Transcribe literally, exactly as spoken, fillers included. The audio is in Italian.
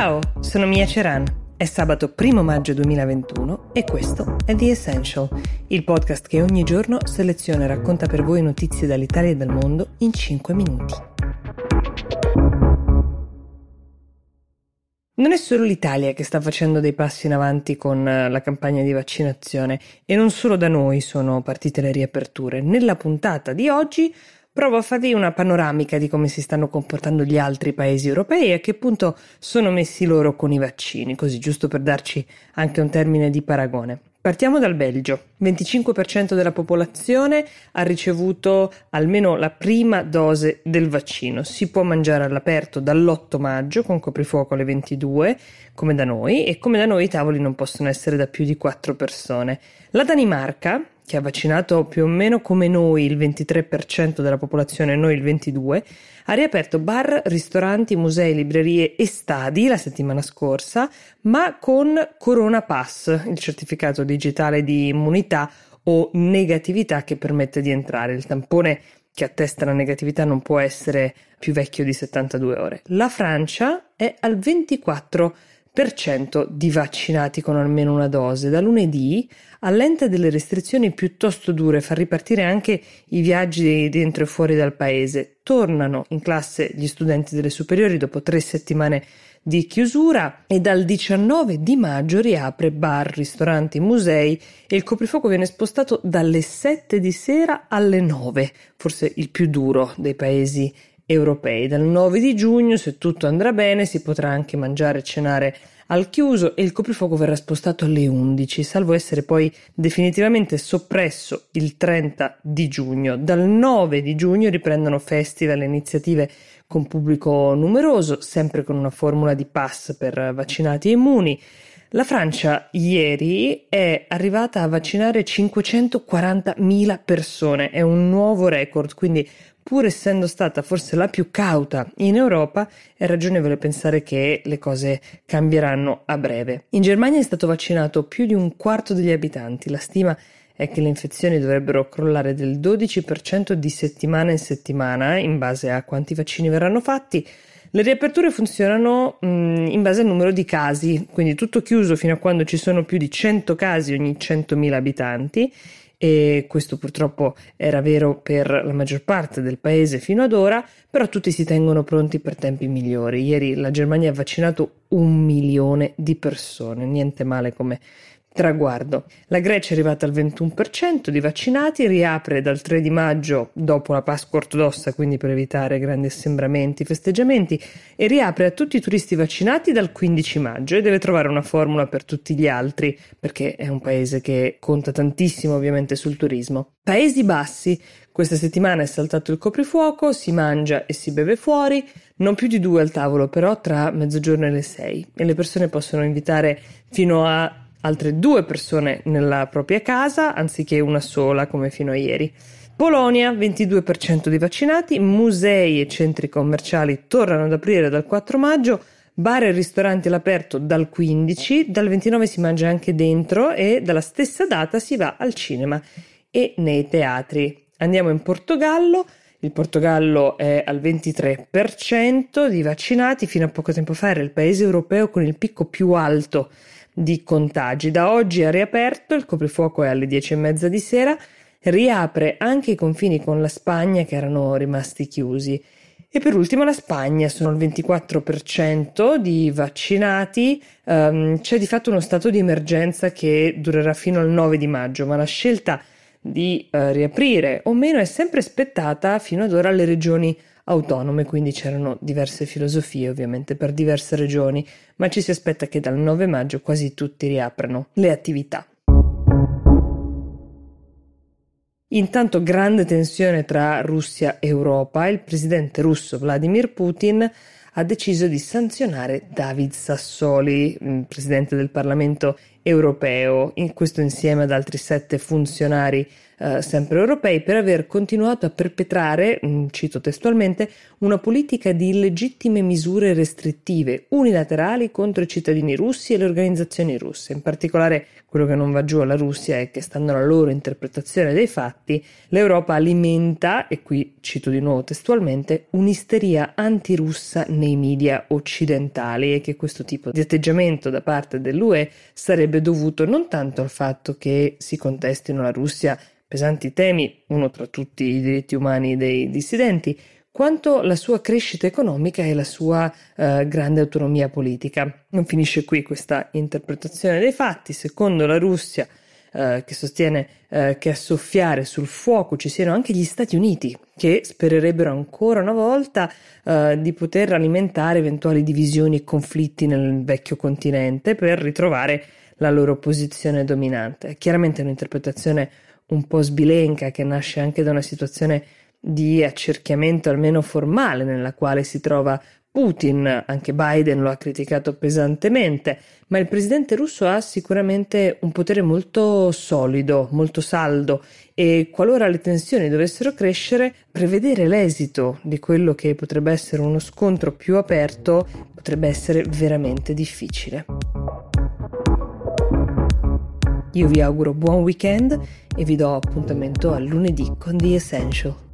Ciao, sono Mia Ceran. È sabato primo maggio duemilaventuno e questo è The Essential, il podcast che ogni giorno seleziona e racconta per voi notizie dall'Italia e dal mondo in cinque minuti. Non è solo l'Italia che sta facendo dei passi in avanti con la campagna di vaccinazione e non solo da noi sono partite le riaperture. Nella puntata di oggi provo a farvi una panoramica di come si stanno comportando gli altri paesi europei e a che punto sono messi loro con i vaccini, così giusto per darci anche un termine di paragone. Partiamo dal Belgio. venticinque per cento della popolazione ha ricevuto almeno la prima dose del vaccino. Si può mangiare all'aperto dall'otto maggio con coprifuoco alle ventidue, come da noi, e come da noi i tavoli non possono essere da più di quattro persone. La Danimarca, che ha vaccinato più o meno come noi il ventitré per cento della popolazione e noi il ventidue per cento, ha riaperto bar, ristoranti, musei, librerie e stadi la settimana scorsa, ma con Corona Pass, il certificato digitale di immunità o negatività che permette di entrare. Il tampone che attesta la negatività non può essere più vecchio di settantadue ore. La Francia è al ventiquattro per cento di vaccinati con almeno una dose. Da lunedì allenta delle restrizioni piuttosto dure, fa ripartire anche i viaggi dentro e fuori dal paese. Tornano in classe gli studenti delle superiori dopo tre settimane di chiusura e dal diciannove di maggio riapre bar, ristoranti, musei e il coprifuoco viene spostato dalle sette di sera alle nove, forse il più duro dei paesi europei. Dal nove di giugno, se tutto andrà bene, si potrà anche mangiare e cenare al chiuso e il coprifuoco verrà spostato alle undici, salvo essere poi definitivamente soppresso il trenta di giugno. Dal nove di giugno riprendono festival e iniziative con pubblico numeroso, sempre con una formula di pass per vaccinati e immuni. La Francia ieri è arrivata a vaccinare cinquecentoquarantamila persone, è un nuovo record, quindi pur essendo stata forse la più cauta in Europa, è ragionevole pensare che le cose cambieranno a breve. In Germania è stato vaccinato più di un quarto degli abitanti. La stima è che le infezioni dovrebbero crollare del dodici per cento di settimana in settimana, in base a quanti vaccini verranno fatti. Le riaperture funzionano mh, in base al numero di casi, quindi tutto chiuso fino a quando ci sono più di cento casi ogni centomila abitanti. E questo purtroppo era vero per la maggior parte del paese fino ad ora, però tutti si tengono pronti per tempi migliori. Ieri la Germania ha vaccinato un milione di persone, niente male come traguardo. La Grecia è arrivata al ventuno per cento di vaccinati, riapre dal tre di maggio dopo la Pasqua ortodossa, quindi per evitare grandi assembramenti, festeggiamenti, e riapre a tutti i turisti vaccinati dal quindici maggio e deve trovare una formula per tutti gli altri, perché è un paese che conta tantissimo ovviamente sul turismo. Paesi Bassi. Questa settimana è saltato il coprifuoco, si mangia e si beve fuori, non più di due al tavolo però tra mezzogiorno e le sei, e le persone possono invitare fino a altre due persone nella propria casa, anziché una sola come fino a ieri. Polonia, ventidue per cento di vaccinati, musei e centri commerciali tornano ad aprire dal quattro maggio, bar e ristoranti all'aperto dal quindici, dal ventinove si mangia anche dentro e dalla stessa data si va al cinema e nei teatri. Andiamo in Portogallo. Il Portogallo è al ventitré per cento di vaccinati, fino a poco tempo fa era il paese europeo con il picco più alto di contagi. Da oggi è riaperto, il coprifuoco è alle dieci e mezza di sera, riapre anche i confini con la Spagna che erano rimasti chiusi. E per ultimo la Spagna, sono il ventiquattro per cento di vaccinati, um, c'è di fatto uno stato di emergenza che durerà fino al nove di maggio, ma la scelta di uh, riaprire o meno è sempre spettata fino ad ora alle regioni autonome, quindi c'erano diverse filosofie ovviamente per diverse regioni, ma ci si aspetta che dal nove maggio quasi tutti riaprano le attività. Intanto grande tensione tra Russia e Europa. Il presidente russo Vladimir Putin ha deciso di sanzionare David Sassoli, presidente del Parlamento europeo, in questo insieme ad altri sette funzionari eh, sempre europei, per aver continuato a perpetrare, mh, cito testualmente, una politica di illegittime misure restrittive unilaterali contro i cittadini russi e le organizzazioni russe. In particolare Quello che non va giù alla Russia è che, stando alla loro interpretazione dei fatti, l'Europa alimenta, e qui cito di nuovo testualmente, un'isteria antirussa nei media occidentali, e che questo tipo di atteggiamento da parte dell'U E sarebbe dovuto non tanto al fatto che si contestino alla Russia pesanti temi, uno tra tutti i diritti umani dei dissidenti, quanto la sua crescita economica e la sua eh, grande autonomia politica. Non finisce qui questa interpretazione dei fatti. Secondo la Russia, eh, che sostiene eh, che a soffiare sul fuoco ci siano anche gli Stati Uniti, che spererebbero ancora una volta eh, di poter alimentare eventuali divisioni e conflitti nel vecchio continente per ritrovare la loro posizione dominante. È chiaramente un'interpretazione un po' sbilenca, che nasce anche da una situazione di accerchiamento almeno formale nella quale si trova Putin. Anche Biden lo ha criticato pesantemente, ma il presidente russo ha sicuramente un potere molto solido, molto saldo, e qualora le tensioni dovessero crescere, prevedere l'esito di quello che potrebbe essere uno scontro più aperto potrebbe essere veramente difficile. Io vi auguro buon weekend e vi do appuntamento a lunedì con The Essential.